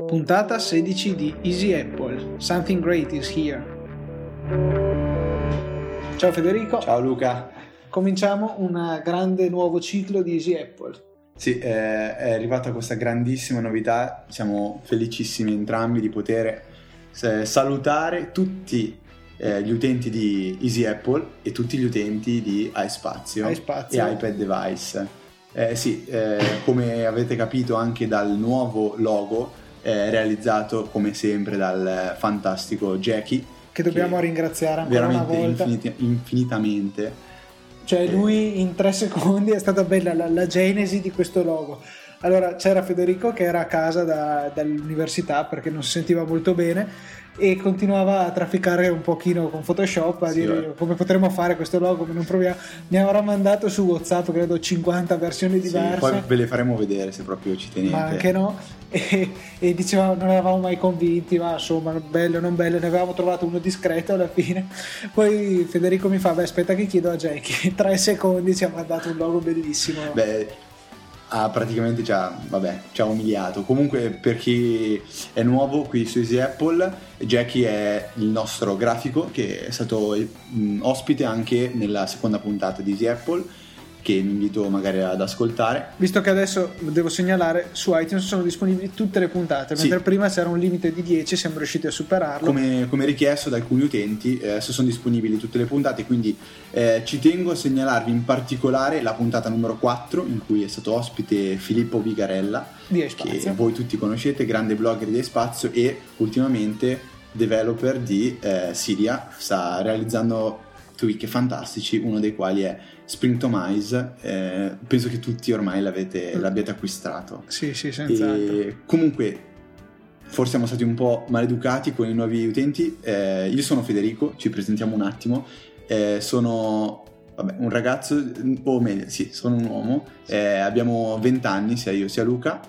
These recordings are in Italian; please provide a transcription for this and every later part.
Puntata 16 di Easy Apple. Something great is here. Ciao Federico. Ciao Luca. Cominciamo un grande nuovo ciclo di Easy Apple. Sì, è arrivata questa grandissima novità. Siamo felicissimi entrambi di poter salutare tutti gli utenti di Easy Apple e tutti gli utenti di iSpazio e iPad Device. Come avete capito anche dal nuovo logo realizzato come sempre dal fantastico Jackie, che dobbiamo ringraziare ancora una volta infinitamente. Cioè lui in 3 secondi è stata bella la genesi di questo logo. Allora c'era Federico che era a casa dall'università perché non si sentiva molto bene e continuava a trafficare un pochino con Photoshop a dire come potremmo fare questo logo, ma non proviamo. Mi avrà mandato su WhatsApp credo 50 versioni diverse. Poi ve le faremo vedere se proprio ci tenete. Ma anche no. E dicevamo non eravamo mai convinti, ma insomma bello non bello, ne avevamo trovato uno discreto alla fine. Poi Federico mi fa aspetta che chiedo a Jackie. 3 secondi ci ha mandato un logo bellissimo. Praticamente ci ha umiliato. Comunque, per chi è nuovo qui su Easy Apple, Jackie è il nostro grafico che è stato ospite anche nella seconda puntata di Easy Apple, che vi invito magari ad ascoltare. Visto che adesso devo segnalare, su iTunes sono disponibili tutte le puntate, mentre prima c'era un limite di 10, siamo riusciti a superarlo. Come richiesto da alcuni utenti, sono disponibili tutte le puntate, quindi ci tengo a segnalarvi in particolare la puntata numero 4, in cui è stato ospite Filippo Vigarella, che voi tutti conoscete, grande blogger di iSpazio e ultimamente developer di Cydia. Sta realizzando tweak fantastici, uno dei quali è Springtomize. Penso che tutti ormai l'abbiate acquistato. Sì, senz'altro. E comunque forse siamo stati un po' maleducati con i nuovi utenti. Io sono Federico, ci presentiamo un attimo. Sono un ragazzo, o meglio, sono un uomo. Abbiamo 20 anni, sia io sia Luca,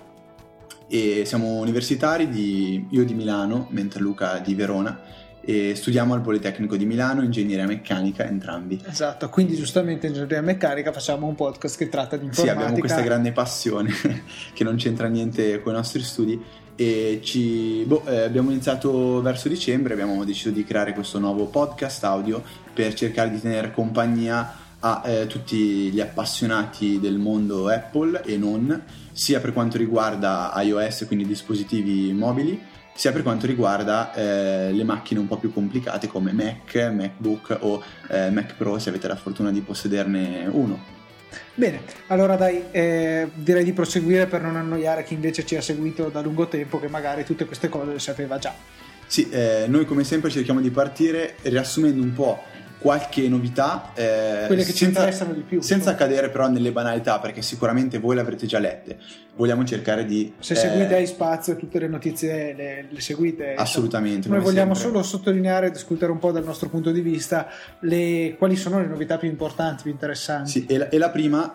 e siamo universitari, io di Milano, mentre Luca di Verona, e studiamo al Politecnico di Milano ingegneria meccanica entrambi. Esatto, quindi giustamente ingegneria meccanica facciamo un podcast che tratta di informatica. Sì, abbiamo questa grande passione che non c'entra niente con i nostri studi e abbiamo iniziato verso dicembre, abbiamo deciso di creare questo nuovo podcast audio per cercare di tenere compagnia a tutti gli appassionati del mondo Apple e non, sia per quanto riguarda iOS, quindi dispositivi mobili, sia per quanto riguarda le macchine un po' più complicate come Mac, MacBook o Mac Pro, se avete la fortuna di possederne uno. Bene, allora direi di proseguire per non annoiare chi invece ci ha seguito da lungo tempo, che magari tutte queste cose le sapeva già. Sì, noi come sempre cerchiamo di partire riassumendo un po' qualche novità, quelle che ci interessano di più, senza cadere però nelle banalità, perché sicuramente voi le avrete già lette. Vogliamo cercare di, se seguite iSpazio, tutte le notizie le seguite assolutamente. Noi vogliamo solo sottolineare e discutere un po' dal nostro punto di vista quali sono le novità più importanti, più interessanti. Sì, e la prima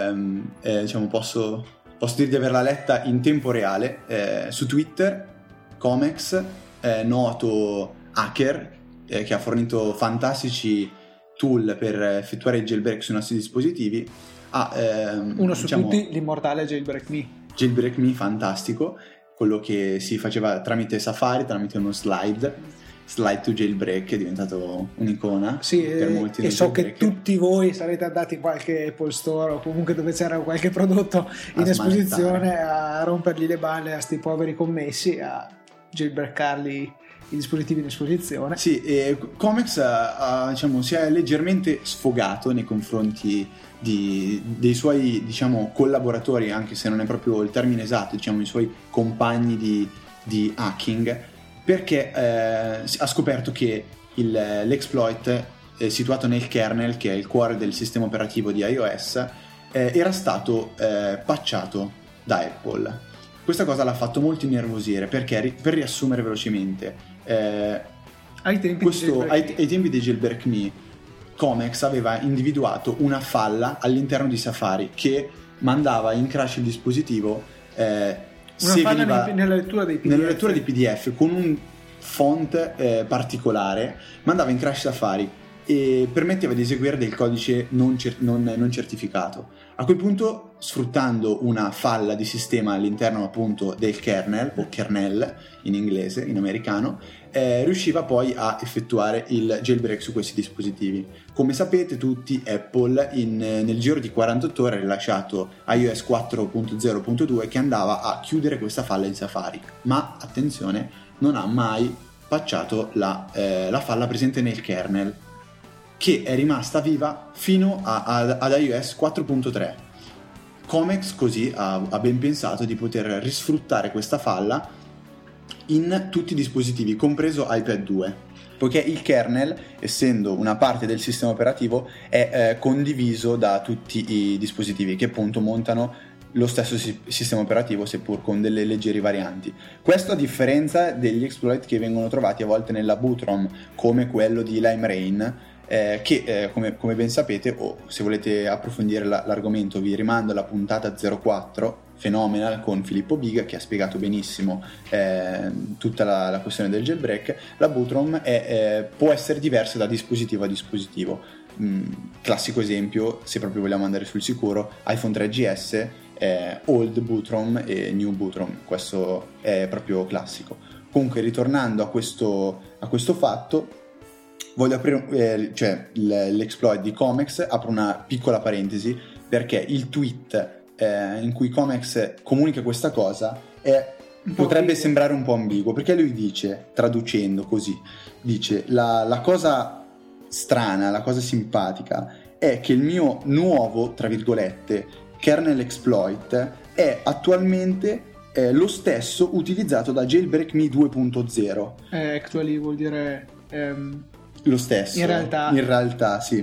posso dire di averla letta in tempo reale su Twitter. Comex, noto hacker, che ha fornito fantastici tool per effettuare il jailbreak sui nostri dispositivi, uno su tutti, l'immortale Jailbreak Me, fantastico, quello che si faceva tramite Safari, tramite uno slide to jailbreak, è diventato un'icona per molti. E so che tutti voi sarete andati in qualche Apple Store o comunque dove c'era qualche prodotto in esposizione a rompergli le balle a sti poveri commessi, a jailbreakarli i dispositivi in esposizione. Sì, e Comex si è leggermente sfogato nei confronti dei suoi collaboratori, anche se non è proprio il termine esatto, i suoi compagni di hacking, perché ha scoperto che l'exploit situato nel kernel, che è il cuore del sistema operativo di iOS, era stato patchato da Apple. Questa cosa l'ha fatto molto innervosire, perché, per riassumere velocemente, ai tempi di Jailbreak Me, Comex aveva individuato una falla all'interno di Safari che mandava in crash il dispositivo nella lettura dei PDF con un font particolare, mandava in crash Safari. e permetteva di eseguire del codice non certificato. A quel punto, sfruttando una falla di sistema all'interno appunto del kernel, o kernel in inglese, in americano, riusciva poi a effettuare il jailbreak su questi dispositivi. Come sapete tutti, Apple nel giro di 48 ore ha rilasciato iOS 4.0.2 che andava a chiudere questa falla in Safari, ma attenzione, non ha mai patchato la falla presente nel kernel, che è rimasta viva fino ad iOS 4.3. Comex così ha ben pensato di poter risfruttare questa falla in tutti i dispositivi, compreso iPad 2, poiché il kernel, essendo una parte del sistema operativo, è condiviso da tutti i dispositivi che appunto montano lo stesso sistema operativo, seppur con delle leggeri varianti. Questo a differenza degli exploit che vengono trovati a volte nella boot-ROM, come quello di Lime-Rain, che come ben sapete, o se volete approfondire l'argomento vi rimando alla puntata 04 Phenomenal con Filippo Biga, che ha spiegato benissimo tutta la questione del jailbreak. La boot-ROM può essere diversa da dispositivo a dispositivo. Classico esempio, se proprio vogliamo andare sul sicuro, iPhone 3GS, old boot-ROM e new boot-ROM, questo è proprio classico. Comunque, ritornando a questo fatto, voglio aprire l'exploit di Comex, apro una piccola parentesi, perché il tweet in cui Comex comunica questa cosa potrebbe sembrare un po' ambiguo, perché lui dice, traducendo così, dice la cosa strana, la cosa simpatica è che il mio nuovo, tra virgolette, kernel exploit è attualmente lo stesso utilizzato da Jailbreak Me 2.0. Actually vuol dire lo stesso. In realtà sì.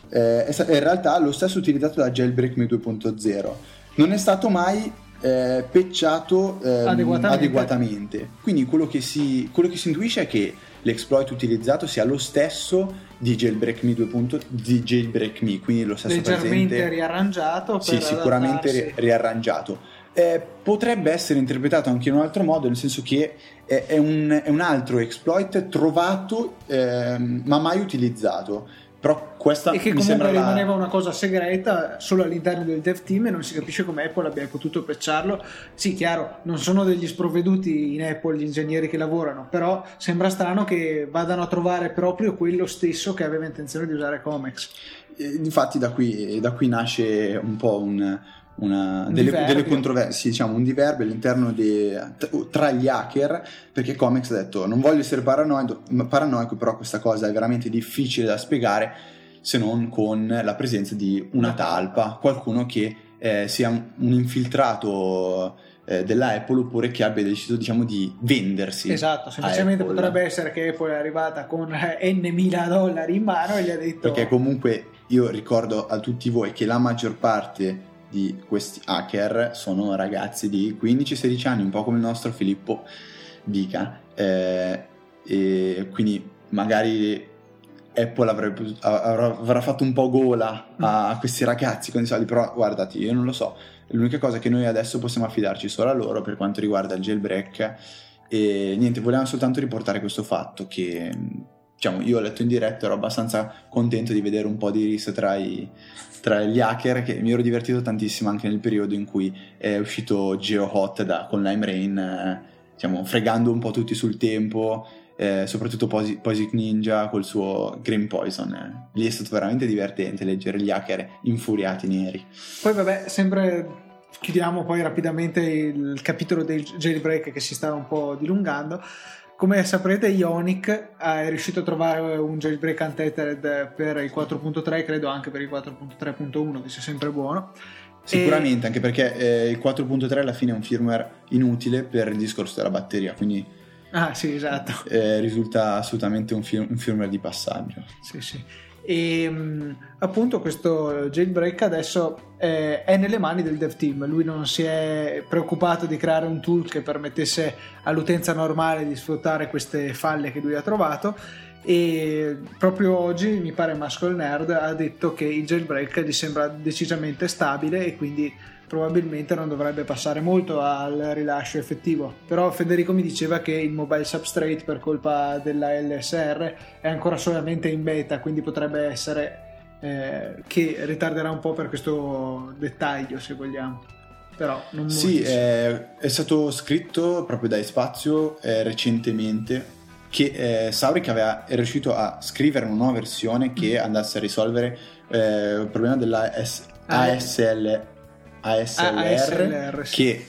In realtà lo stesso utilizzato da Jailbreak Me 2.0. Non è stato mai patchato adeguatamente. Quindi quello che si intuisce è che l'exploit utilizzato sia lo stesso di Jailbreak Me 2.0, di Jailbreak Me, quindi lo stesso leggermente presente, riarrangiato. Sì, sicuramente riarrangiato. Potrebbe essere interpretato anche in un altro modo, nel senso che è un altro exploit trovato ma mai utilizzato. Però questa e che mi comunque sembra rimaneva una cosa segreta solo all'interno del dev team e non si capisce come Apple abbia potuto patcharlo. Sì, chiaro, non sono degli sprovveduti in Apple gli ingegneri che lavorano, però sembra strano che vadano a trovare proprio quello stesso che aveva intenzione di usare Comex. Infatti da qui nasce un po' delle controversie, diciamo un diverbio all'interno tra gli hacker, perché Comex ha detto non voglio essere paranoico, però questa cosa è veramente difficile da spiegare se non con la presenza di una talpa, qualcuno che sia un infiltrato della Apple, oppure che abbia deciso, diciamo, di vendersi. Esatto, semplicemente potrebbe essere che Apple è arrivata con $N$1000 in mano e gli ha detto, perché comunque io ricordo a tutti voi che la maggior parte di questi hacker sono ragazzi di 15-16 anni, un po' come il nostro Filippo Bica, e quindi magari Apple avrà fatto un po' gola a questi ragazzi con i soldi, però guardati, io non lo so, l'unica cosa che noi adesso possiamo affidarci solo a loro per quanto riguarda il jailbreak. E niente, volevamo soltanto riportare questo fatto che, diciamo, io ho letto in diretta, ero abbastanza contento di vedere un po' di rissa tra gli hacker, che mi ero divertito tantissimo anche nel periodo in cui è uscito GeoHot con Lime-Rain, diciamo, fregando un po' tutti sul tempo, soprattutto Posic Ninja col suo Green Poison. Lì è stato veramente divertente leggere gli hacker infuriati neri. Poi vabbè, sempre chiudiamo poi rapidamente il capitolo del jailbreak che si stava un po' dilungando. Come saprete, Ionic è riuscito a trovare un jailbreak untethered per il 4.3, credo anche per il 4.3.1, che sia sempre buono. Sicuramente, anche perché il 4.3 alla fine è un firmware inutile per il discorso della batteria, quindi sì, esatto. Risulta assolutamente un firmware di passaggio. Sì. E appunto questo jailbreak adesso è nelle mani del dev team. Lui non si è preoccupato di creare un tool che permettesse all'utenza normale di sfruttare queste falle che lui ha trovato, e proprio oggi mi pare Muscle Nerd ha detto che il jailbreak gli sembra decisamente stabile e quindi probabilmente non dovrebbe passare molto al rilascio effettivo. Però Federico mi diceva che il mobile substrate, per colpa della LSR, è ancora solamente in beta, quindi potrebbe essere che ritarderà un po' per questo dettaglio, se vogliamo. Però non sì, è stato scritto proprio da iSpazio recentemente che Sauric è riuscito a scrivere una nuova versione che andasse a risolvere il problema della ASLR, sì. Che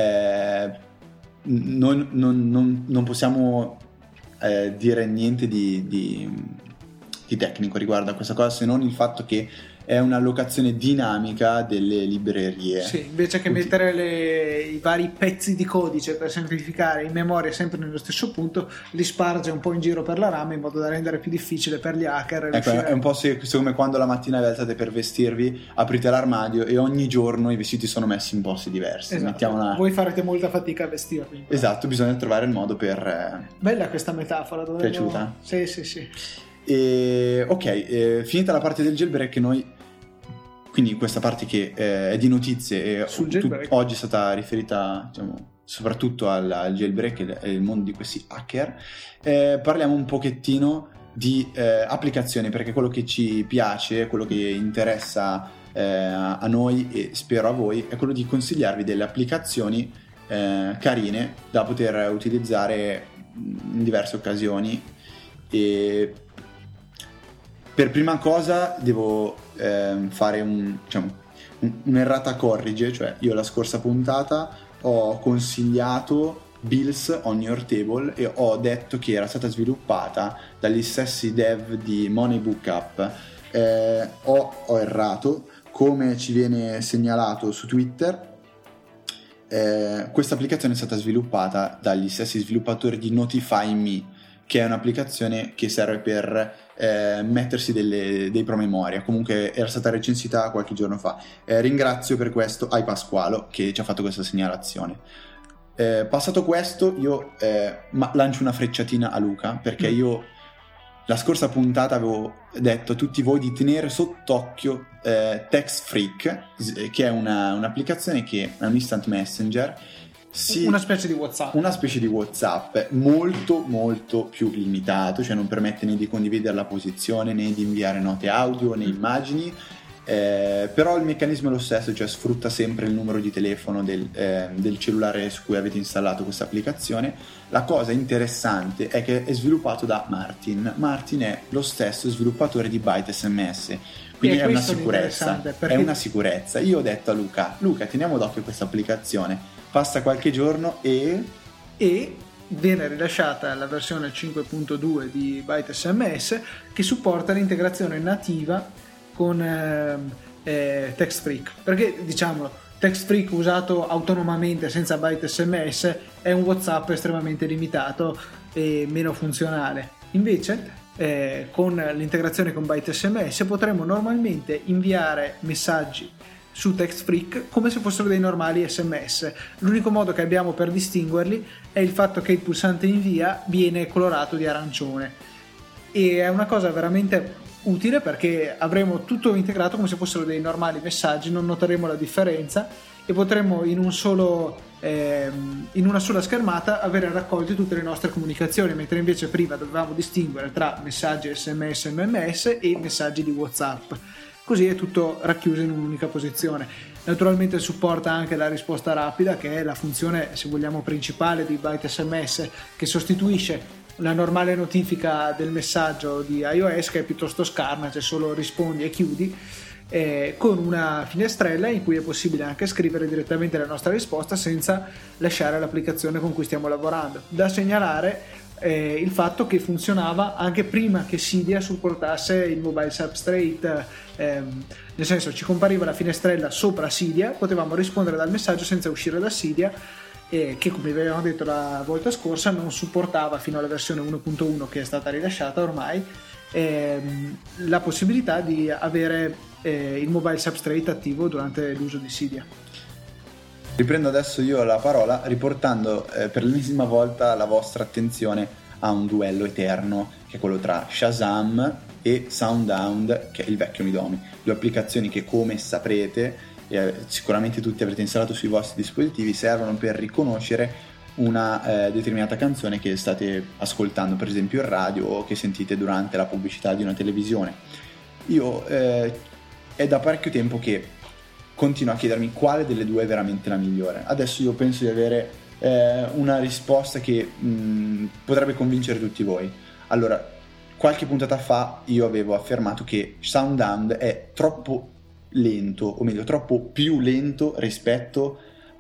non possiamo dire niente di tecnico riguardo a questa cosa, se non il fatto che è un'allocazione dinamica delle librerie. Sì, invece che mettere i vari pezzi di codice per semplificare in memoria sempre nello stesso punto, li sparge un po' in giro per la RAM in modo da rendere più difficile per gli hacker. Ecco, è un po' come quando la mattina vi alzate per vestirvi, aprite l'armadio e ogni giorno i vestiti sono messi in posti diversi. Esatto. Voi farete molta fatica a vestirvi. Esatto, bisogna trovare il modo per... Bella questa metafora. Piaciuta? Sì. Ok, finita la parte del jailbreak, noi, quindi questa parte che è di notizie e oggi è stata riferita, diciamo, soprattutto al jailbreak e il mondo di questi hacker, parliamo un pochettino di applicazioni, perché quello che ci piace, quello che interessa a noi e spero a voi, è quello di consigliarvi delle applicazioni carine da poter utilizzare in diverse occasioni. E per prima cosa devo fare un'errata corrige, cioè io la scorsa puntata ho consigliato Bills on Your Table e ho detto che era stata sviluppata dagli stessi dev di Money Book Up. Ho errato, come ci viene segnalato su Twitter. Questa applicazione è stata sviluppata dagli stessi sviluppatori di Notify Me, che è un'applicazione che serve per mettersi dei promemoria. Comunque era stata recensita qualche giorno fa. Ringrazio per questo iPasqualo che ci ha fatto questa segnalazione. Passato questo, io lancio una frecciatina a Luca, perché io la scorsa puntata avevo detto a tutti voi di tenere sott'occhio TextFreak, che è un'applicazione che è un instant messenger. Sì, una specie di WhatsApp molto molto più limitato, cioè non permette né di condividere la posizione né di inviare note audio né immagini, però il meccanismo è lo stesso, cioè sfrutta sempre il numero di telefono del cellulare su cui avete installato questa applicazione. La cosa interessante è che è sviluppato da Martin è lo stesso sviluppatore di ByteSMS, quindi è una sicurezza. Io ho detto a Luca, teniamo d'occhio questa applicazione. Passa qualche giorno e viene rilasciata la versione 5.2 di ByteSMS che supporta l'integrazione nativa con TextFreak, perché diciamolo, TextFreak usato autonomamente senza ByteSMS è un WhatsApp estremamente limitato e meno funzionale. Invece con l'integrazione con ByteSMS potremo normalmente inviare messaggi su TextFreak come se fossero dei normali SMS. L'unico modo che abbiamo per distinguerli è il fatto che il pulsante invia viene colorato di arancione, e è una cosa veramente utile perché avremo tutto integrato come se fossero dei normali messaggi, non noteremo la differenza e potremo in una sola schermata avere raccolte tutte le nostre comunicazioni, mentre invece prima dovevamo distinguere tra messaggi SMS, MMS e messaggi di WhatsApp. Così è tutto racchiuso in un'unica posizione. Naturalmente supporta anche la risposta rapida, che è la funzione, se vogliamo, principale di ByteSMS, che sostituisce la normale notifica del messaggio di iOS, che è piuttosto scarna, cioè solo rispondi e chiudi, con una finestrella in cui è possibile anche scrivere direttamente la nostra risposta senza lasciare l'applicazione con cui stiamo lavorando. Da segnalare il fatto che funzionava anche prima che Cydia supportasse il mobile substrate, nel senso ci compariva la finestrella sopra Cydia, potevamo rispondere dal messaggio senza uscire da Cydia, che come avevamo detto la volta scorsa non supportava fino alla versione 1.1 che è stata rilasciata ormai la possibilità di avere il mobile substrate attivo durante l'uso di Cydia. Riprendo adesso io la parola riportando per l'ennesima volta la vostra attenzione a un duello eterno che è quello tra Shazam e SoundHound, che è il vecchio Midomi, due applicazioni che, come saprete, sicuramente tutti avrete installato sui vostri dispositivi, servono per riconoscere una determinata canzone che state ascoltando, per esempio in radio, o che sentite durante la pubblicità di una televisione. Io è da parecchio tempo che continuo a chiedermi quale delle due è veramente la migliore. Adesso io penso di avere una risposta che potrebbe convincere tutti voi. Allora, qualche puntata fa io avevo affermato che SoundHound è troppo lento, o meglio troppo più lento rispetto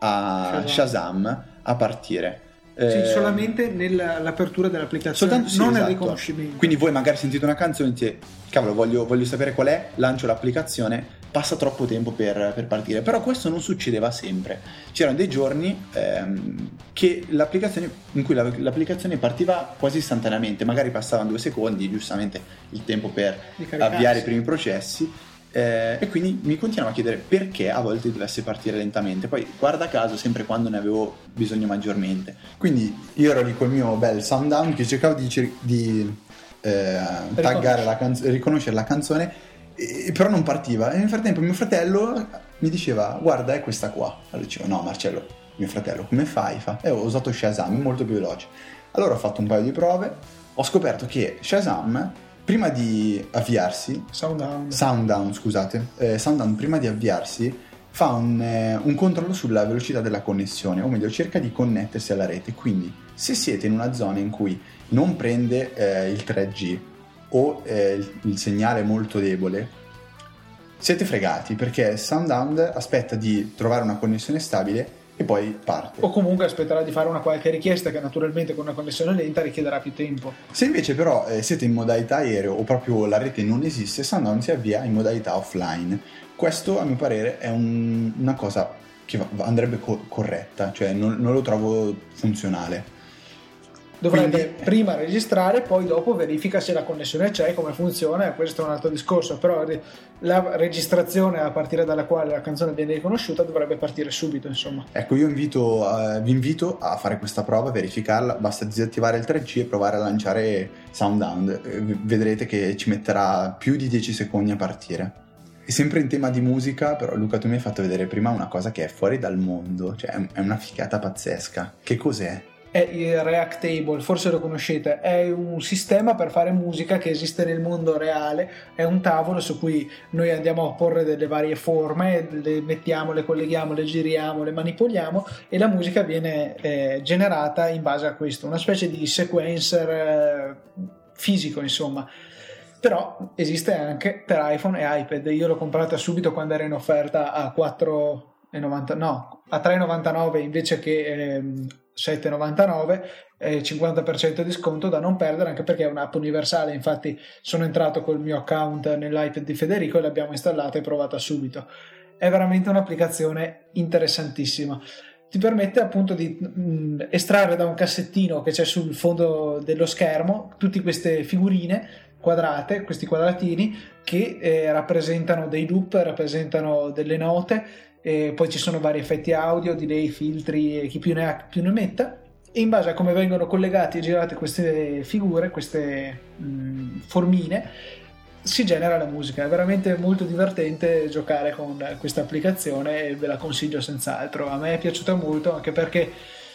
a Shazam a partire. Sì, solamente nell'apertura dell'applicazione, sì, non esatto. nel riconoscimento. Quindi voi magari sentite una canzone e dite cavolo, voglio sapere qual è, lancio l'applicazione, passa troppo tempo per partire. Però questo non succedeva sempre. C'erano dei giorni che in cui l'applicazione partiva quasi istantaneamente, magari passavano 2 secondi, giustamente il tempo per avviare i primi processi. E quindi mi continuavo a chiedere perché a volte dovesse partire lentamente. Poi guarda caso sempre quando ne avevo bisogno maggiormente. Quindi io ero lì col mio bel SoundHound che cercavo di taggare la canzone, riconoscere la canzone, però non partiva. E nel frattempo mio fratello mi diceva guarda è questa qua. Allora dicevo no Marcello, mio fratello come fai? Ho usato Shazam, è molto più veloce. Allora ho fatto un paio di prove, ho scoperto che Shazam prima di avviarsi, SoundHound prima di avviarsi fa un controllo sulla velocità della connessione, o meglio cerca di connettersi alla rete. Quindi se siete in una zona in cui non prende il 3G o il segnale è molto debole, siete fregati, perché SoundHound aspetta di trovare una connessione stabile e poi parte. O comunque aspetterà di fare una qualche richiesta che naturalmente con una connessione lenta richiederà più tempo. Se invece però siete in modalità aereo o proprio la rete non esiste, SoundHound si avvia in modalità offline. Questo a mio parere è una cosa che andrebbe corretta, cioè non lo trovo funzionale. Dovrebbe prima registrare, poi dopo verifica se la connessione c'è, come funziona, e questo è un altro discorso. Però la registrazione a partire dalla quale la canzone viene riconosciuta dovrebbe partire subito, insomma. Ecco, io vi invito a fare questa prova, verificarla. Basta disattivare il 3G e provare a lanciare SoundHound. Vedrete che ci metterà più di 10 secondi a partire. E sempre in tema di musica, però Luca, tu mi hai fatto vedere prima una cosa che è fuori dal mondo, cioè è una figata pazzesca. Che cos'è? È il Reactable, forse lo conoscete, è un sistema per fare musica che esiste nel mondo reale, è un tavolo su cui noi andiamo a porre delle varie forme, le mettiamo, le colleghiamo, le giriamo, le manipoliamo e la musica viene generata in base a questo, una specie di sequencer fisico, insomma. Però esiste anche per iPhone e iPad. Io l'ho comprata subito quando era in offerta a 3,99 invece che 7,99, 50% di sconto da non perdere, anche perché è un'app universale. Infatti sono entrato col mio account nell'iPad di Federico e l'abbiamo installata e provata subito. È veramente un'applicazione interessantissima. Ti permette appunto di estrarre da un cassettino che c'è sul fondo dello schermo tutte queste figurine quadrate, questi quadratini che rappresentano dei loop, rappresentano delle note. Poi ci sono vari effetti audio, delay, filtri e chi più ne ha più ne metta, e in base a come vengono collegati e girate queste figure, queste formine, si genera la musica. È veramente molto divertente giocare con questa applicazione e ve la consiglio senz'altro. A me è piaciuta molto, anche perché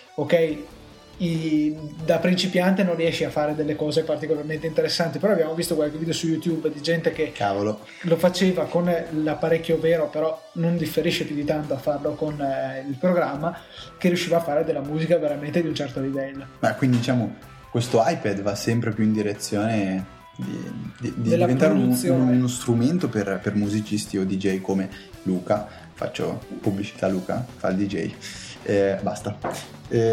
da principiante non riesci a fare delle cose particolarmente interessanti, però abbiamo visto qualche video su YouTube di gente che lo faceva con l'apparecchio vero, però non differisce più di tanto a farlo con il programma, che riusciva a fare della musica veramente di un certo livello. Ma quindi diciamo questo iPad va sempre più in direzione di diventare uno strumento per musicisti o DJ come Luca. Faccio pubblicità, Luca fa il DJ. Basta.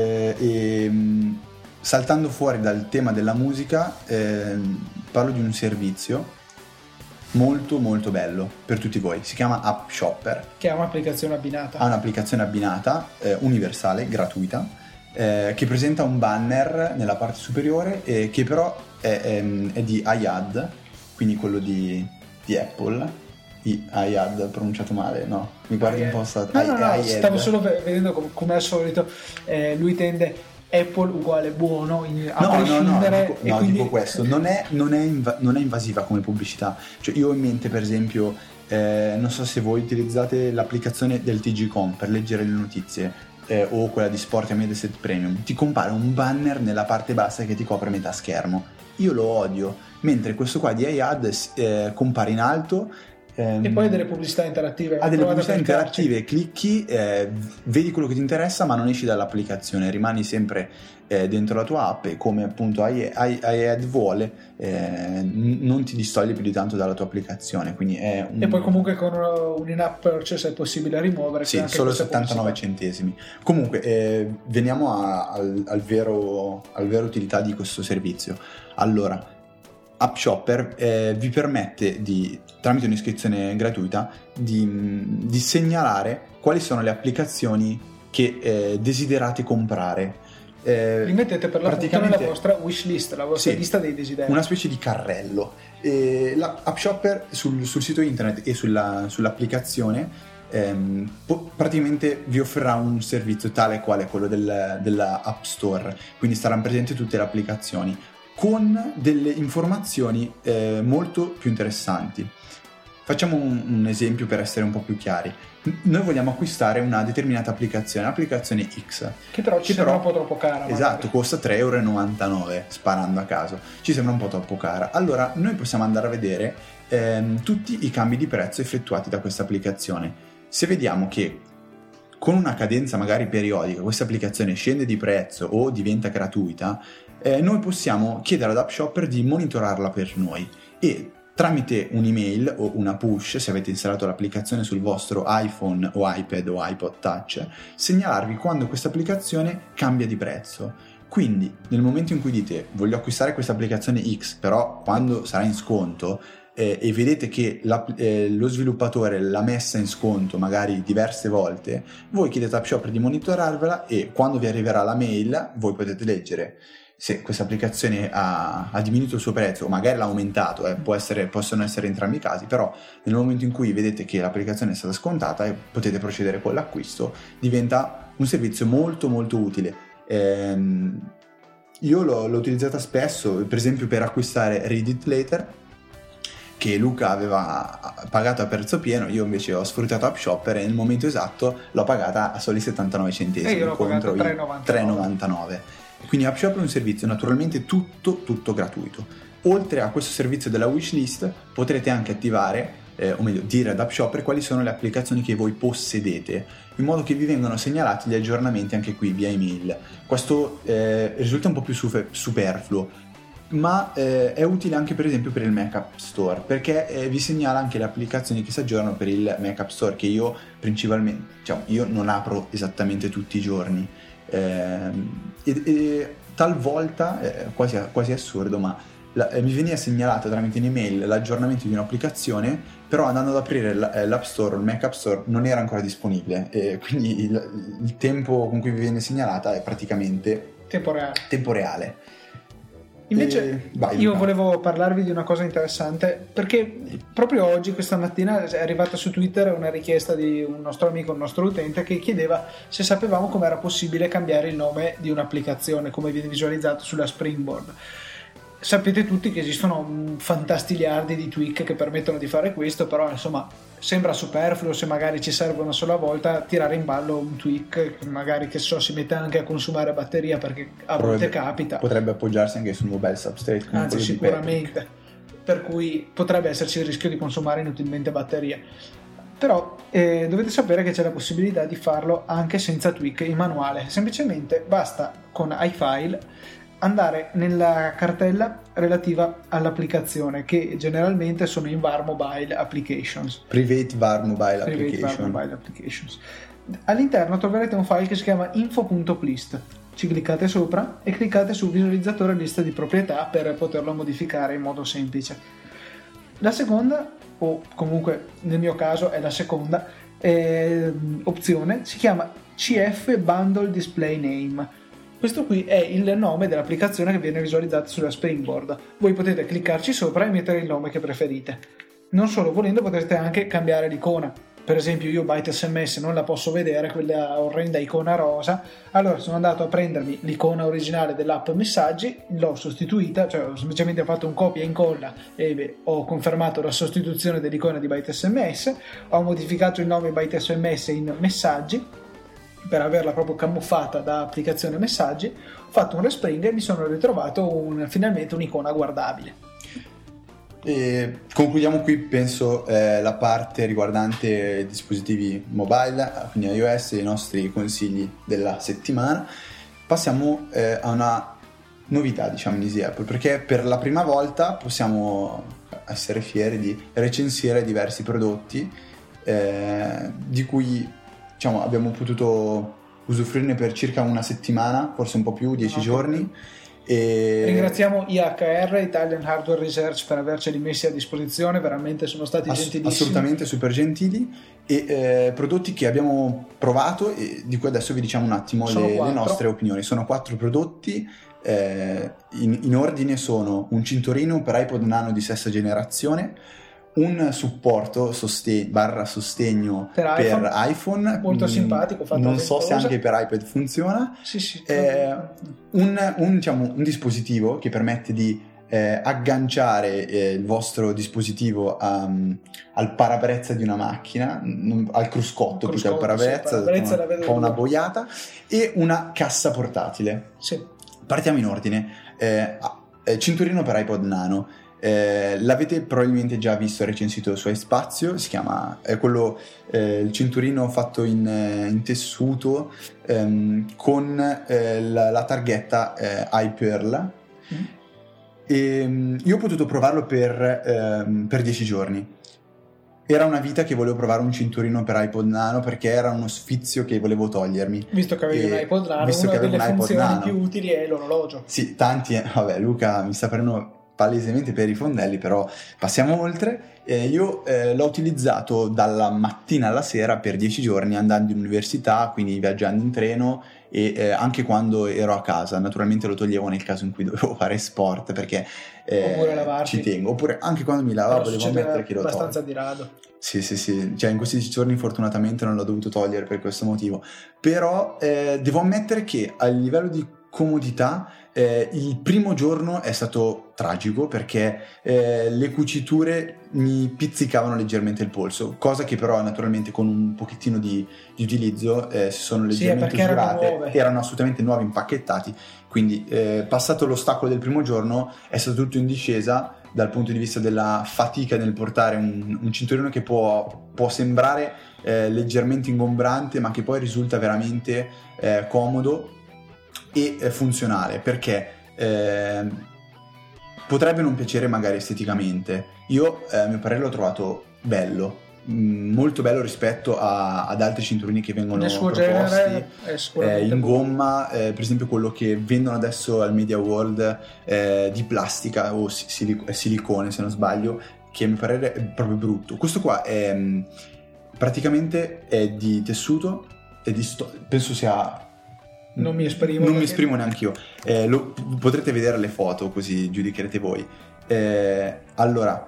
Saltando fuori dal tema della musica, parlo di un servizio molto molto bello per tutti voi. Si chiama App Shopper, che ha un'applicazione abbinata. Ha un'applicazione abbinata universale, gratuita, che presenta un banner nella parte superiore, che però è di iAd, quindi quello di Apple. iAd pronunciato male, no? Mi guardi un po' no, stavo solo vedendo come al solito lui tende Apple uguale buono a prescindere. Dico questo, non è invasiva come pubblicità. Cioè io ho in mente per esempio, non so se voi utilizzate l'applicazione del TG.com per leggere le notizie, o quella di Sport e Mediaset Premium, ti compare un banner nella parte bassa che ti copre metà schermo. Io lo odio, mentre questo qua di iAd compare in alto. E poi delle pubblicità interattive. Ha delle pubblicità interattive, clicchi, vedi quello che ti interessa, ma non esci dall'applicazione, rimani sempre dentro la tua app, e come appunto iAd vuole, non ti distoglie più di tanto dalla tua applicazione. Quindi e poi comunque con un in-app purchase è possibile rimuovere. Sì, solo 79 centesimi. Comunque veniamo al vero utilità di questo servizio. Allora, App Shopper vi permette tramite un'iscrizione gratuita di segnalare quali sono le applicazioni che desiderate comprare. Li mettete per l'appunto nella vostra wishlist, la vostra lista dei desideri. Una specie di carrello. App Shopper sul sito internet e sull'applicazione praticamente vi offrirà un servizio tale quale quello della App Store, quindi saranno presenti tutte le applicazioni con delle informazioni molto più interessanti. Facciamo un esempio per essere un po' più chiari. Noi vogliamo acquistare una determinata applicazione, l'applicazione X, che però ci sembra un po' troppo cara. Esatto, costa 3,99 €, sparando a caso. Ci sembra un po' troppo cara. Allora noi possiamo andare a vedere tutti i cambi di prezzo effettuati da questa applicazione. Se vediamo che con una cadenza magari periodica questa applicazione scende di prezzo o diventa gratuita, noi possiamo chiedere ad App Shopper di monitorarla per noi, e tramite un'email o una push, se avete installato l'applicazione sul vostro iPhone o iPad o iPod Touch, segnalarvi quando questa applicazione cambia di prezzo. Quindi nel momento in cui dite voglio acquistare questa applicazione X, però quando sarà in sconto, e vedete che lo sviluppatore l'ha messa in sconto magari diverse volte, voi chiedete a App Shopper di monitorarvela, e quando vi arriverà la mail voi potete leggere se questa applicazione ha diminuito il suo prezzo o magari l'ha aumentato. Possono essere entrambi i casi, però nel momento in cui vedete che l'applicazione è stata scontata e potete procedere con l'acquisto, diventa un servizio molto molto utile. Io l'ho utilizzata spesso, per esempio per acquistare Read It Later, che Luca aveva pagato a prezzo pieno. Io invece ho sfruttato App Shopper e nel momento esatto l'ho pagata a soli 79 centesimi, e io l'ho pagato 3,99. Quindi App Shopper è un servizio naturalmente tutto gratuito. Oltre a questo servizio della wishlist potrete anche attivare, o meglio dire ad App Shopper quali sono le applicazioni che voi possedete, in modo che vi vengano segnalati gli aggiornamenti anche qui via email. Questo risulta un po' più superfluo, ma è utile anche per esempio per il Mac App Store, perché vi segnala anche le applicazioni che si aggiornano per il Mac App Store, che io principalmente, io non apro esattamente tutti i giorni, e talvolta quasi assurdo, ma mi veniva segnalato tramite un'email l'aggiornamento di un'applicazione, però andando ad aprire l'App Store o il Mac App Store non era ancora disponibile, e quindi il tempo con cui vi viene segnalata è praticamente tempo reale. Invece io volevo parlarvi di una cosa interessante, perché proprio oggi, questa mattina, è arrivata su Twitter una richiesta di un nostro amico, un nostro utente, che chiedeva se sapevamo come era possibile cambiare il nome di un'applicazione, come viene visualizzato sulla Springboard. Sapete tutti che esistono fantastiliardi di tweak che permettono di fare questo, però insomma sembra superfluo, se magari ci serve una sola volta, tirare in ballo un tweak che magari, che si mette anche a consumare batteria, perché a volte capita. Potrebbe appoggiarsi anche su un mobile substrate, anzi sicuramente, per cui potrebbe esserci il rischio di consumare inutilmente batteria. Però dovete sapere che c'è la possibilità di farlo anche senza tweak in manuale. Semplicemente basta con iFile andare nella cartella relativa all'applicazione, che generalmente sono in VAR Mobile Applications. Private VAR Mobile Applications. All'interno troverete un file che si chiama info.plist. Ci cliccate sopra e cliccate su visualizzatore lista di proprietà per poterlo modificare in modo semplice. La seconda, o comunque nel mio caso è la seconda opzione, si chiama CF Bundle Display Name. Questo qui è il nome dell'applicazione che viene visualizzata sulla Springboard. Voi potete cliccarci sopra e mettere il nome che preferite. Non solo, volendo potrete anche cambiare l'icona. per esempio io Byte SMS non la posso vedere, quella orrenda icona rosa. Allora sono andato a prendermi l'icona originale dell'app messaggi, l'ho sostituita, cioè ho semplicemente fatto un copia e incolla e ho confermato la sostituzione dell'icona di Byte SMS, ho modificato il nome Byte SMS in messaggi per averla proprio camuffata da applicazione messaggi, ho fatto un respring e mi sono ritrovato finalmente un'icona guardabile. E concludiamo qui, penso, la parte riguardante dispositivi mobile, quindi iOS e i nostri consigli della settimana. Passiamo a una novità, diciamo, di Easy Apple, perché per la prima volta possiamo essere fieri di recensire diversi prodotti di cui, diciamo, abbiamo potuto usufruirne per circa una settimana, forse un po' più, 10 giorni. E ringraziamo IHR, Italian Hardware Research, per averceli messi a disposizione, veramente sono stati gentilissimi, assolutamente super gentili, e prodotti che abbiamo provato e di cui adesso vi diciamo un attimo le nostre opinioni. Sono 4 prodotti, in ordine sono un cinturino per iPod Nano di sesta generazione, un supporto sostegno per iPhone molto simpatico, fatto non so se anche per iPad funziona. Sì. Un dispositivo che permette di agganciare il vostro dispositivo al parabrezza di una macchina, al cruscotto più che al parabrezza, un po' una boiata, e una cassa portatile. Sì. Partiamo in ordine. Cinturino per iPod Nano. L'avete probabilmente già visto recensito su iSpazio, si chiama il cinturino fatto in tessuto con la targhetta iPearl. E io ho potuto provarlo per 10 giorni. Era una vita che volevo provare un cinturino per iPod Nano, perché era uno sfizio che volevo togliermi. Visto che avevi un iPod Nano, una delle funzioni più utili è l'orologio. Sì, tanti, vabbè, Luca mi sta prendendo palesemente per i fondelli, però passiamo oltre. Io l'ho utilizzato dalla mattina alla sera per 10 giorni, andando in università, quindi viaggiando in treno, e anche quando ero a casa. Naturalmente lo toglievo nel caso in cui dovevo fare sport, perché ci tengo, oppure anche quando mi lavavo volevo mettere che lo tolgo. Abbastanza di rado. Sì, cioè in questi giorni fortunatamente non l'ho dovuto togliere per questo motivo, però devo ammettere che a livello di comodità il primo giorno è stato tragico, perché le cuciture mi pizzicavano leggermente il polso, cosa che però naturalmente con un pochettino di utilizzo si sono leggermente usurate, erano assolutamente nuovi, impacchettati, quindi passato l'ostacolo del primo giorno è stato tutto in discesa dal punto di vista della fatica nel portare un cinturino che può sembrare leggermente ingombrante, ma che poi risulta veramente comodo e funzionale, perché potrebbe non piacere magari esteticamente. Io a mio parere l'ho trovato bello, molto bello rispetto ad altri cinturini che vengono proposti in gomma, per esempio quello che vendono adesso al Media World di plastica o silicone, se non sbaglio, che a mio parere è proprio brutto. Questo qua è praticamente è di tessuto e penso sia... Non mi esprimo neanche io. Potrete vedere le foto, così giudicherete voi. Allora,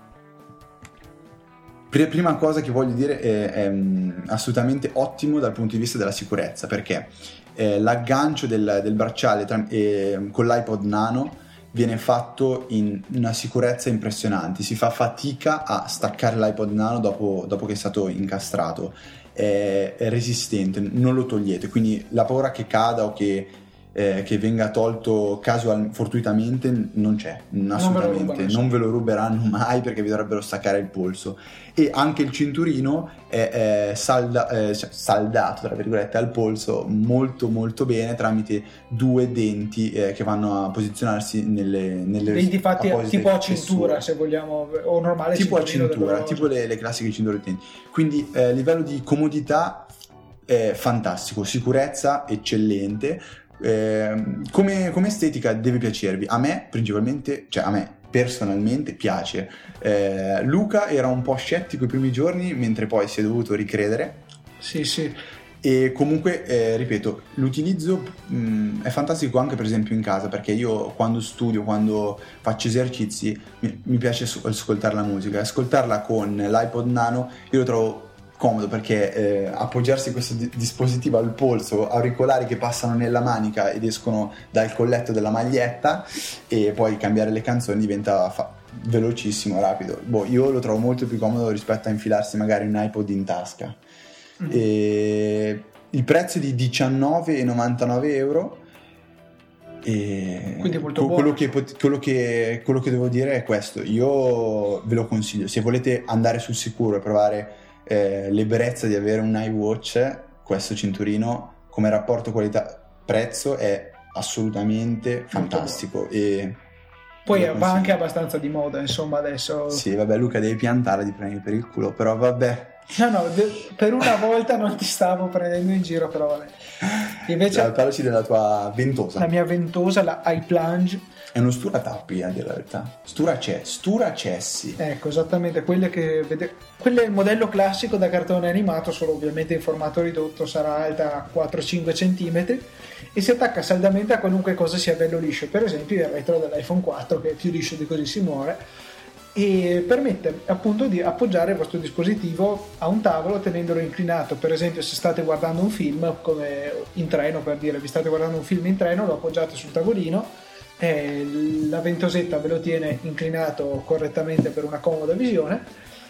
prima cosa che voglio dire è assolutamente ottimo dal punto di vista della sicurezza, perché l'aggancio del bracciale con l'iPod Nano viene fatto in una sicurezza impressionante. Si fa fatica a staccare l'iPod Nano dopo che è stato incastrato. È resistente, non lo togliete, quindi la paura che cada o che venga tolto fortuitamente non c'è, assolutamente, non ve lo ruberanno mai, perché vi dovrebbero staccare il polso. E anche il cinturino è saldato tra virgolette al polso molto molto bene, tramite 2 denti che vanno a posizionarsi nelle denti fatti tipo a cintura, se vogliamo, o normale, tipo a cintura, tipo le classiche cinture denti. Quindi a livello di comodità è fantastico, sicurezza eccellente. Come estetica deve piacervi. A me principalmente, cioè a me personalmente piace. Luca era un po' scettico i primi giorni, mentre poi si è dovuto ricredere. Sì. E comunque ripeto, l'utilizzo è fantastico anche per esempio in casa, perché io quando studio, quando faccio esercizi mi piace ascoltare la musica. Ascoltarla con l'iPod Nano io lo trovo comodo perché appoggiarsi questo dispositivo al polso, auricolari che passano nella manica ed escono dal colletto della maglietta, e poi cambiare le canzoni diventa velocissimo, rapido. Io lo trovo molto più comodo rispetto a infilarsi magari un iPod in tasca. E il prezzo è di 19,99 €. E quindi molto buono. quello che devo dire è questo: io ve lo consiglio se volete andare sul sicuro e provare l'ebbrezza di avere un iWatch. Questo cinturino come rapporto qualità-prezzo è assolutamente fantastico, e poi va anche abbastanza di moda, insomma, adesso. Sì, vabbè, Luca, devi piantare di prendere per il culo, però vabbè. No, per una volta non ti stavo prendendo in giro, però vabbè. Invece parlaci della tua ventosa. La mia ventosa, la iPlunge. È uno Stura Tappi, a dire la verità. Stura Cessi. Ecco, esattamente, quello è il modello classico da cartone animato, solo ovviamente in formato ridotto, sarà alta 4-5 cm e si attacca saldamente a qualunque cosa sia bello liscio, per esempio il retro dell'iPhone 4, che è più liscio di così si muore, e permette appunto di appoggiare il vostro dispositivo a un tavolo tenendolo inclinato. Per esempio, se state guardando un film, come in treno, per dire, vi state guardando un film in treno, lo appoggiate sul tavolino, la ventosetta ve lo tiene inclinato correttamente per una comoda visione,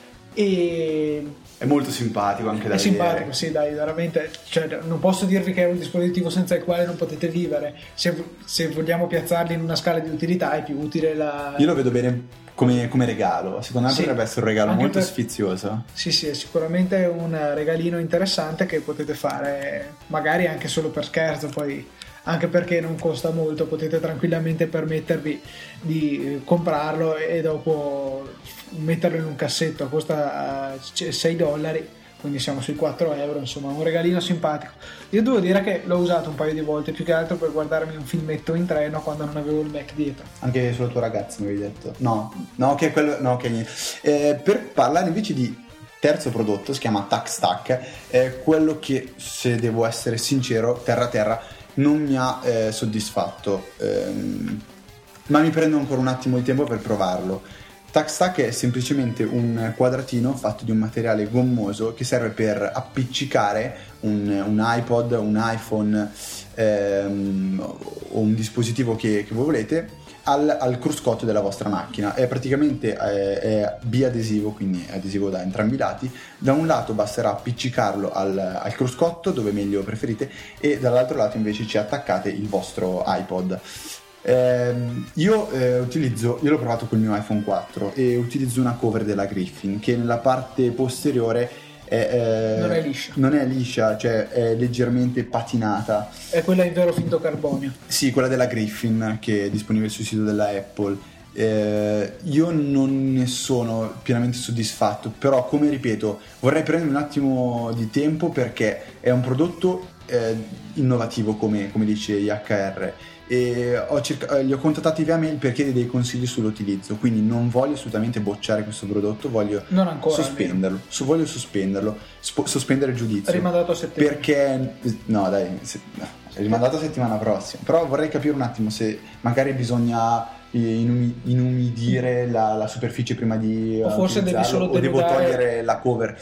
e è molto simpatico anche da vedere. È simpatico, sì, dai, veramente, cioè, non posso dirvi che è un dispositivo senza il quale non potete vivere. Se vogliamo piazzarli in una scala di utilità è più utile Io lo vedo bene come regalo, secondo me sì, potrebbe essere un regalo molto sfizioso. Sì, è sicuramente un regalino interessante che potete fare magari anche solo per scherzo, poi anche perché non costa molto, potete tranquillamente permettervi di comprarlo e dopo metterlo in un cassetto. Costa $6, quindi siamo sui €4, insomma un regalino simpatico. Io devo dire che l'ho usato un paio di volte, più che altro per guardarmi un filmetto in treno quando non avevo il Mac dietro. Anche sulla tua ragazza mi avevi detto? No, che quello, no, che niente. Per parlare invece di terzo prodotto, si chiama TacStack, è quello che, se devo essere sincero, terra non mi ha soddisfatto, ma mi prendo ancora un attimo di tempo per provarlo. TacStack è semplicemente un quadratino fatto di un materiale gommoso che serve per appiccicare un iPod, un iPhone o un dispositivo che voi volete al cruscotto della vostra macchina. È praticamente è biadesivo, quindi è adesivo da entrambi i lati. Da un lato basterà appiccicarlo al cruscotto, dove meglio preferite, e dall'altro lato invece ci attaccate il vostro iPod. Io l'ho provato col mio iPhone 4 e utilizzo una cover della Griffin che nella parte posteriore non è liscia, cioè è leggermente patinata. È quella in vero finto carbonio. Sì, quella della Griffin, che è disponibile sul sito della Apple. Io non ne sono pienamente soddisfatto, però, come ripeto, vorrei prendere un attimo di tempo perché è un prodotto innovativo, come dice IHR, e li ho contattati via mail per chiedere dei consigli sull'utilizzo, quindi non voglio assolutamente bocciare questo prodotto, voglio sospenderlo, sospendere il giudizio. Rimandato a settembre. Perché è rimandato a settimana prossima, però vorrei capire un attimo se magari bisogna inumidire la superficie prima di o forse devi solo devo togliere la cover,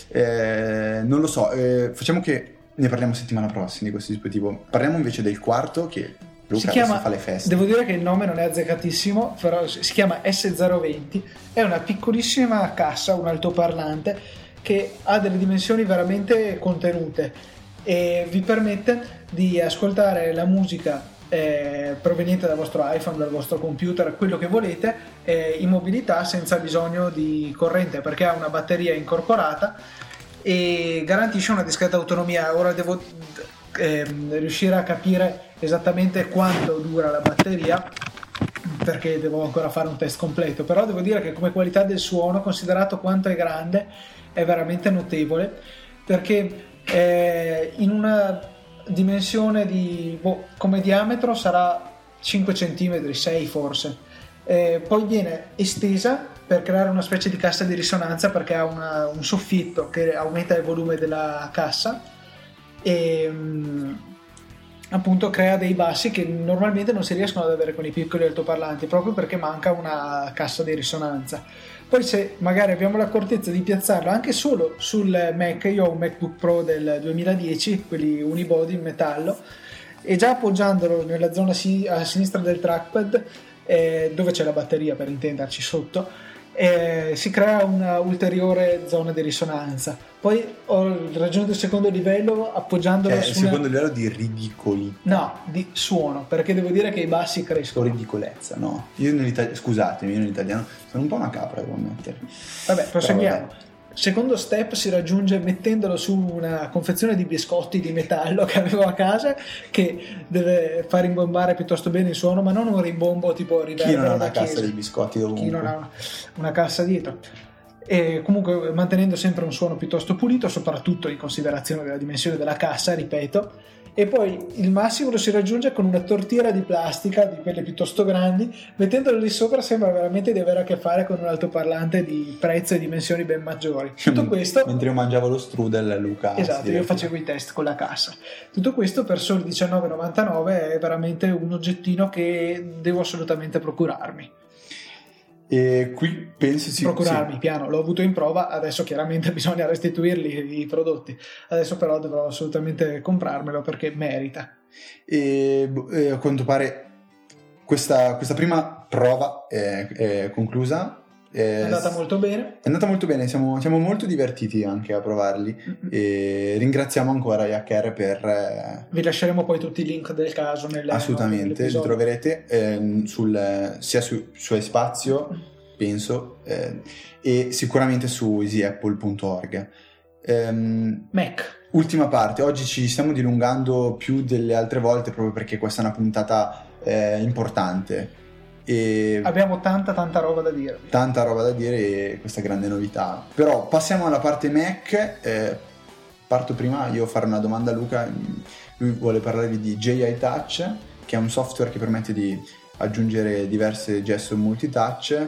non lo so. Facciamo che ne parliamo settimana prossima di questo dispositivo. Parliamo invece del quarto, che Luca si fa le feste. Devo dire che il nome non è azzeccatissimo, però si chiama S020. È una piccolissima cassa, un altoparlante che ha delle dimensioni veramente contenute e vi permette di ascoltare la musica proveniente dal vostro iPhone, dal vostro computer, quello che volete, in mobilità senza bisogno di corrente, perché ha una batteria incorporata e garantisce una discreta autonomia. Ora devo riuscire a capire esattamente quanto dura la batteria, perché devo ancora fare un test completo, però devo dire che come qualità del suono, considerato quanto è grande, è veramente notevole, perché in una dimensione come diametro sarà 5 cm, 6 forse, poi viene estesa per creare una specie di cassa di risonanza, perché ha un soffitto che aumenta il volume della cassa e appunto crea dei bassi che normalmente non si riescono ad avere con i piccoli altoparlanti, proprio perché manca una cassa di risonanza. Poi se magari abbiamo l'accortezza di piazzarlo anche solo sul Mac, io ho un MacBook Pro del 2010, quelli unibody in metallo, e già appoggiandolo nella zona a sinistra del trackpad, dove c'è la batteria per intenderci sotto, si crea una ulteriore zona di risonanza. Poi ho raggiunto il secondo livello appoggiandolo il secondo livello di ridicoli. No, di suono, perché devo dire che i bassi crescono. Ridicolezza, no? Scusatemi, io nell'italiano sono un po' una capra, devo ammettere. Vabbè, proseguiamo. Secondo step si raggiunge mettendolo su una confezione di biscotti di metallo che avevo a casa, che deve far rimbombare piuttosto bene il suono, ma non un rimbombo tipo riverbero. Chi non ha una da cassa chiesa. di biscotti dovunque? Chi non ha una cassa dietro. E comunque mantenendo sempre un suono piuttosto pulito, soprattutto in considerazione della dimensione della cassa, ripeto. E poi il massimo lo si raggiunge con una tortiera di plastica, di quelle piuttosto grandi, mettendolo lì sopra sembra veramente di avere a che fare con un altoparlante di prezzo e dimensioni ben maggiori. Tutto questo mentre io mangiavo lo strudel, Luca esatto, io facevo i test con la cassa. Tutto questo per solo $19,99 è veramente un oggettino che devo assolutamente procurarmi. E qui penso procurarmi piano, l'ho avuto in prova, adesso chiaramente bisogna restituirli i prodotti, adesso però dovrò assolutamente comprarmelo perché merita. E a quanto pare questa prima prova è conclusa, è andata molto bene, siamo molto divertiti anche a provarli. E ringraziamo ancora Yaker per vi lasceremo poi tutti i link del caso assolutamente, li troverete sia su iSpazio penso e sicuramente su easyapple.org. Mac. Ultima parte, oggi ci stiamo dilungando più delle altre volte proprio perché questa è una puntata importante e abbiamo tanta roba da dire. Tanta roba da dire e questa grande novità. Però passiamo alla parte Mac. Parto prima io a fare una domanda a Luca. Lui vuole parlarvi di JI Touch, che è un software che permette di aggiungere diverse gesture multitouch,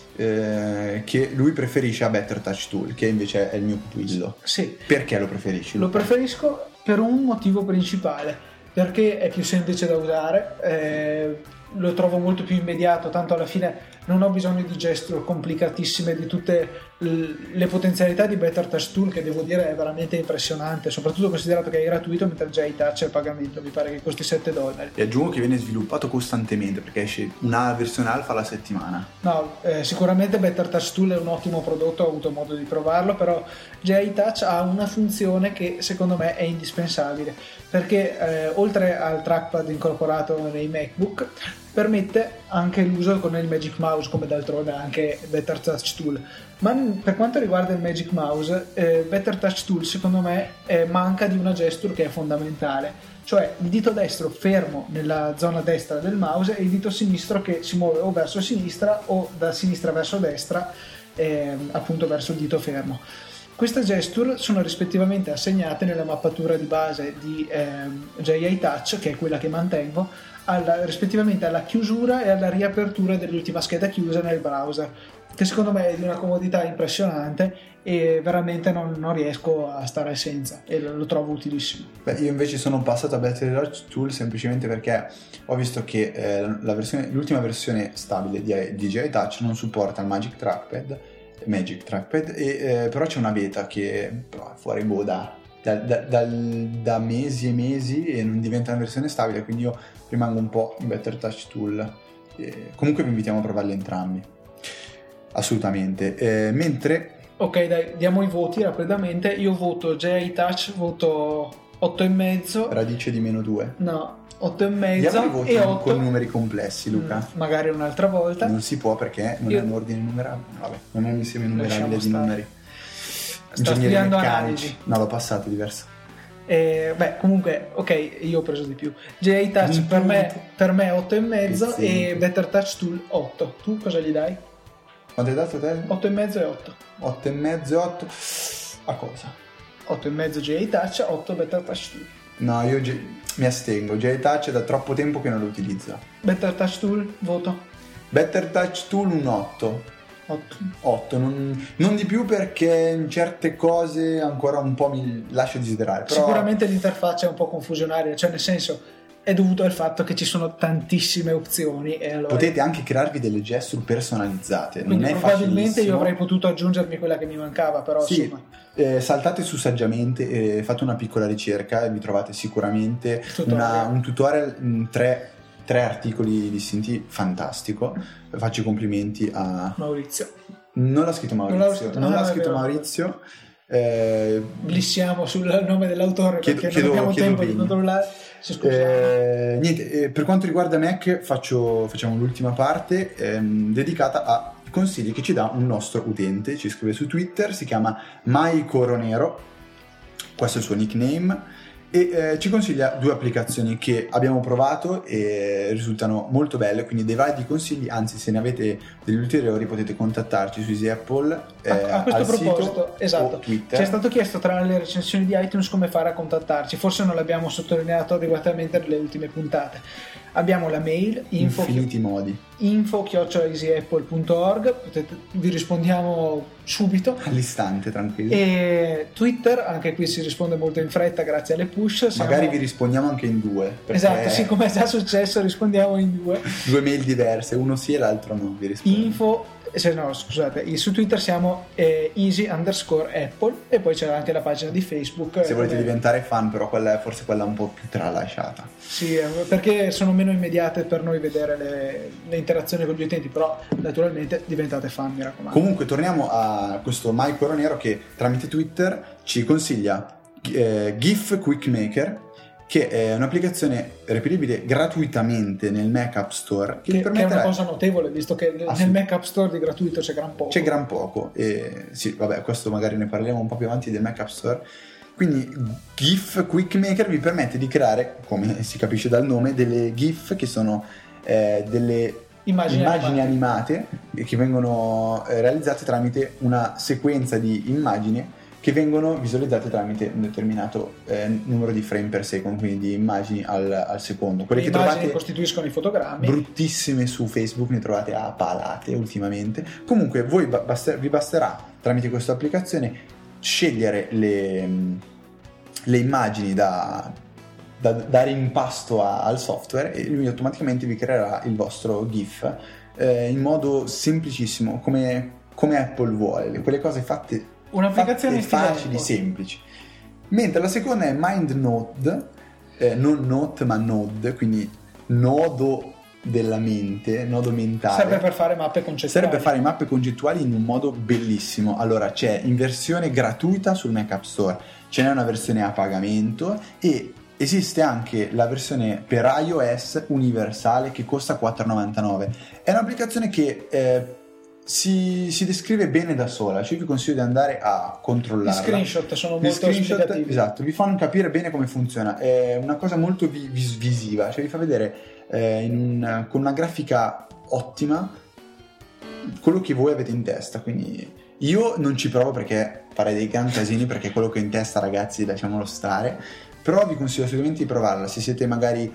che lui preferisce a Better Touch Tool, che invece è il mio pupillo. Sì. Perché lo preferisci? Lo preferisco per un motivo principale, perché è più semplice da usare, lo trovo molto più immediato, tanto alla fine non ho bisogno di gesture complicatissime, di tutte le potenzialità di Better Touch Tool, che devo dire è veramente impressionante, soprattutto considerato che è gratuito, mentre già i touch è a pagamento, mi pare che costi $7. E aggiungo che viene sviluppato costantemente, perché esce una versione alfa alla settimana. No, sicuramente Better Touch Tool è un ottimo prodotto, ho avuto modo di provarlo, però JI Touch ha una funzione che secondo me è indispensabile, perché oltre al trackpad incorporato nei MacBook permette anche l'uso con il Magic Mouse, come d'altronde anche Better Touch Tool. Ma per quanto riguarda il Magic Mouse, Better Touch Tool secondo me manca di una gesture che è fondamentale, cioè il dito destro fermo nella zona destra del mouse e il dito sinistro che si muove o verso sinistra o da sinistra verso destra, appunto verso il dito fermo. Queste gesture sono rispettivamente assegnate nella mappatura di base di JI Touch, che è quella che mantengo, rispettivamente alla chiusura e alla riapertura dell'ultima scheda chiusa nel browser, che secondo me è di una comodità impressionante e veramente non riesco a stare senza, e lo trovo utilissimo. Beh, io invece sono passato a Better Touch Tool semplicemente perché ho visto che l'ultima versione stabile di JI Touch non supporta il Magic Trackpad, però c'è una beta che però è fuori da mesi e mesi e non diventa una versione stabile, quindi io rimango un po' in Better Touch Tool. Comunque vi invitiamo a provarli entrambi, assolutamente. Mentre ok, dai, diamo i voti rapidamente. Io voto JI Touch, voto 8,5. Radice di -2. No, 8,5 diamo i voti e 8 con numeri complessi, Luca. Magari un'altra volta. Non si può perché non è un ordine numerabile. Vabbè, non è un insieme numerabile di numeri. Sta studiando analisi. No, l'ho passato, diverso. Comunque, ok, io ho preso di più. JI Touch per me 8,5 e Better Touch Tool 8. Tu cosa gli dai? Quanto hai dato te? 8,5 e 8. 8,5 e 8. A cosa? 8,5 JI Touch, 8 Better Touch Tool. No, io mi astengo. JI Touch è da troppo tempo che non lo utilizzo. Better Touch Tool, voto? Better Touch Tool un 8. 8, non di più, perché in certe cose ancora un po' mi lascia desiderare. Però sicuramente l'interfaccia è un po' confusionaria, cioè nel senso è dovuto al fatto che ci sono tantissime opzioni e allora potete anche crearvi delle gesture personalizzate. Quindi non è probabilmente facilissimo. Io avrei potuto aggiungermi quella che mi mancava, però sì, insomma saltate su Saggiamente, fate una piccola ricerca e vi trovate sicuramente un tutorial, tre articoli distinti, fantastico. Faccio i complimenti a Maurizio. Non l'ha scritto Maurizio. Glissiamo sul nome dell'autore perché non abbiamo tempo di controllare. Niente, per quanto riguarda Mac facciamo l'ultima parte dedicata a consigli che ci dà un nostro utente. Ci scrive su Twitter, si chiama MyCoronero, questo è il suo nickname, e ci consiglia 2 applicazioni che abbiamo provato e risultano molto belle, quindi dei vari consigli. Anzi, se ne avete degli ulteriori potete contattarci su Easy Apple a questo proposito, sito esatto, o Twitter. ci è stato chiesto tra le recensioni di iTunes come fare a contattarci, forse non l'abbiamo sottolineato adeguatamente nelle ultime puntate. Abbiamo la mail infiniti modi, info@easyapple.org, vi rispondiamo subito all'istante, tranquilli. E Twitter, anche qui si risponde molto in fretta grazie alle push. Magari vi rispondiamo anche in 2, esatto, sì, come è già successo rispondiamo in 2 mail diverse, uno sì e l'altro no, vi rispondo. Su Twitter siamo easy_apple e poi c'è anche la pagina di Facebook. Se volete diventare fan, però quella è forse quella un po' più tralasciata. Sì, perché sono meno immediate per noi vedere le interazioni con gli utenti, però naturalmente diventate fan, mi raccomando. Comunque torniamo a questo MyCoronero che tramite Twitter ci consiglia GIF Quick Maker, che è un'applicazione reperibile gratuitamente nel Mac App Store, che è una cosa notevole, visto che nel Mac App Store di gratuito c'è gran poco. E sì, vabbè, questo magari ne parliamo un po' più avanti del Mac App Store. Quindi GIF Quick Maker vi permette di creare, come si capisce dal nome, delle GIF che sono delle immagini animate che vengono realizzate tramite una sequenza di immagini che vengono visualizzate tramite un determinato numero di frame per second, quindi di immagini al secondo. Quelle che trovate costituiscono i fotogrammi. Bruttissime su Facebook, ne trovate a palate ultimamente. Comunque vi basterà tramite questa applicazione scegliere le immagini da dare in pasto al software e lui automaticamente vi creerà il vostro GIF in modo semplicissimo, come Apple vuole, quelle cose fatte un'applicazione facili, semplici. Mentre la seconda è MindNode, non Note ma Node, quindi nodo della mente, nodo mentale. Serve per fare mappe concettuali in un modo bellissimo. Allora, c'è in versione gratuita sul Mac App Store, ce n'è una versione a pagamento e esiste anche la versione per iOS universale che costa €4,99. È un'applicazione che si descrive bene da sola, cioè vi consiglio di andare a controllarla. Gli screenshot sono molto spiegativi. Esatto, vi fanno capire bene come funziona. È una cosa molto visiva, cioè vi fa vedere con una grafica ottima quello che voi avete in testa. Quindi io non ci provo perché farei dei gran casini, perché quello che ho in testa, ragazzi, lasciamolo stare. Però vi consiglio assolutamente di provarla. Se siete magari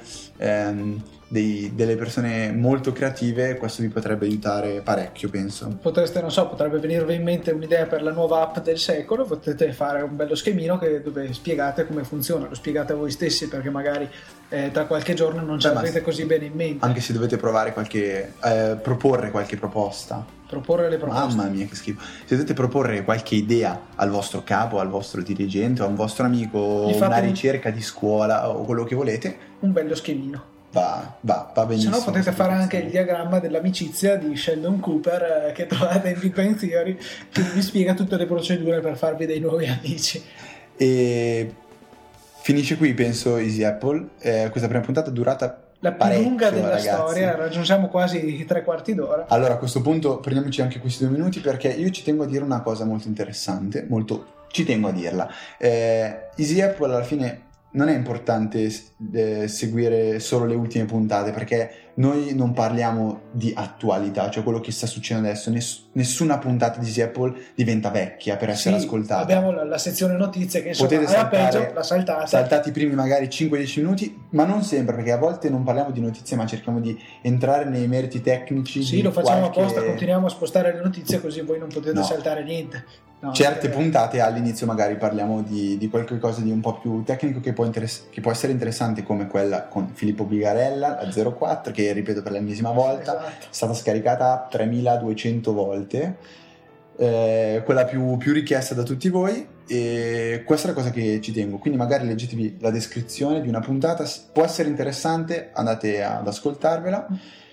delle persone molto creative, questo vi potrebbe aiutare parecchio, penso. Potrebbe venirvi in mente un'idea per la nuova app del secolo. Potete fare un bello schemino dove spiegate come funziona, lo spiegate a voi stessi, perché magari tra qualche giorno non ce l'avete così bene in mente. Anche se dovete provare proporre qualche proposta. Proporre le proposte. Mamma mia, che schifo. Se dovete proporre qualche idea al vostro capo, al vostro dirigente o a un vostro amico, una ricerca di scuola o quello che volete, un bello schemino. Va benissimo. Se no potete fare anche il diagramma dell'amicizia di Sheldon Cooper che trovate in Big Bang Theory, che vi spiega tutte le procedure per farvi dei nuovi amici. E finisce qui, penso, Easy Apple. Questa prima puntata è durata la più lunga della storia, raggiungiamo quasi 3/4 d'ora. Allora, a questo punto prendiamoci anche questi 2 minuti, perché io ci tengo a dire una cosa molto interessante, ci tengo a dirla. Easy Apple alla fine non è importante seguire solo le ultime puntate, perché noi non parliamo di attualità, cioè quello che sta succedendo adesso. Nessuna puntata di Easy Apple diventa vecchia per essere ascoltata. Abbiamo la sezione notizie che insomma potete la saltate. Saltati i primi magari 5-10 minuti, ma non sempre, perché a volte non parliamo di notizie ma cerchiamo di entrare nei meriti tecnici. Sì, lo facciamo apposta, continuiamo a spostare le notizie così voi non potete saltare niente. No, certe puntate all'inizio magari parliamo di qualche cosa di un po' più tecnico che può essere interessante, come quella con Filippo Bigarella, la 04, che ripeto per l'ennesima volta, esatto. è stata scaricata 3200 volte, quella più richiesta da tutti voi, e questa è la cosa che ci tengo, quindi magari leggetevi la descrizione di una puntata, può essere interessante, andate ad ascoltarvela.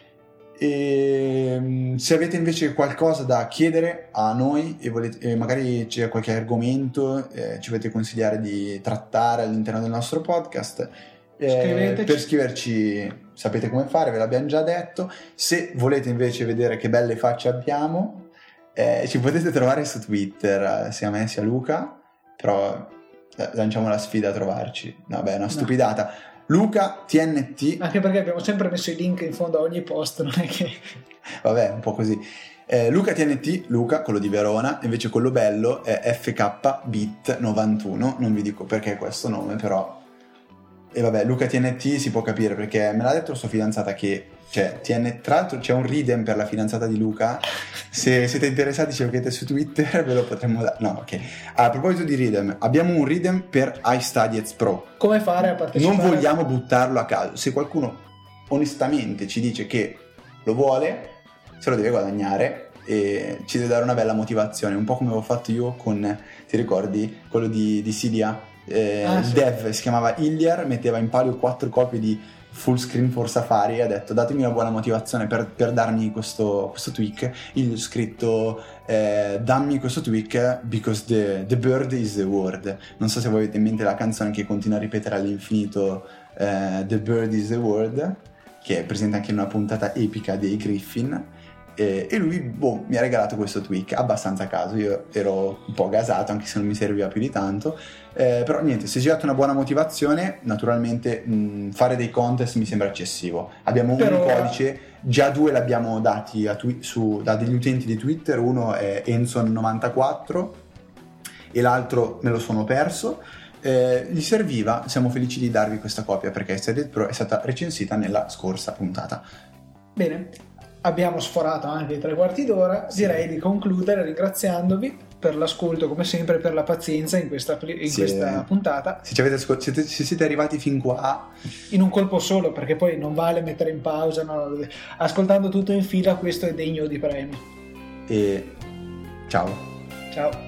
E se avete invece qualcosa da chiedere a noi e magari c'è qualche argomento ci volete consigliare di trattare all'interno del nostro podcast, per scriverci sapete come fare, ve l'abbiamo già detto. Se volete invece vedere che belle facce abbiamo, ci potete trovare su Twitter, sia me sia Luca, però lanciamo la sfida a trovarci. Vabbè, è una stupidata. Luca TNT, anche perché abbiamo sempre messo i link in fondo a ogni post, non è che vabbè, un po' così. Luca TNT, Luca, quello di Verona, invece quello bello è FKBit91, non vi dico perché questo nome, però. E vabbè, Luca TNT si può capire perché me l'ha detto sua fidanzata che, cioè, tra l'altro c'è un redeem per la fidanzata di Luca, se siete interessati cercate su Twitter, ve lo potremmo dare. No, ok. A proposito di redeem, abbiamo un redeem per iStudiez Pro. Come fare a partecipare? Non vogliamo buttarlo a caso, se qualcuno onestamente ci dice che lo vuole, se lo deve guadagnare e ci deve dare una bella motivazione, un po' come avevo fatto io con, ti ricordi, quello di Cydia? Il dev si chiamava Iliar, metteva in palio 4 copie di full screen for Safari e ha detto datemi una buona motivazione per darmi questo tweak. Io ho scritto dammi questo tweak because the bird is the word. Non so se voi avete in mente la canzone che continua a ripetere all'infinito the bird is the word, che è presente anche in una puntata epica dei Griffin, e lui mi ha regalato questo tweak abbastanza a caso. Io ero un po' gasato anche se non mi serviva più di tanto, però niente, se ci date una buona motivazione, naturalmente fare dei contest mi sembra eccessivo. Abbiamo un codice, già 2 l'abbiamo dati da degli utenti di Twitter, uno è Enson94 e l'altro me lo sono perso. Gli serviva, siamo felici di darvi questa copia perché iStudiez Pro è stata recensita nella scorsa puntata. Bene, abbiamo sforato anche i 3/4 d'ora, sì. Direi di concludere ringraziandovi per l'ascolto, come sempre, per la pazienza in questa puntata. Se siete arrivati fin qua in un colpo solo, perché poi non vale mettere in pausa, no? Ascoltando tutto in fila, questo è degno di premio. E ciao.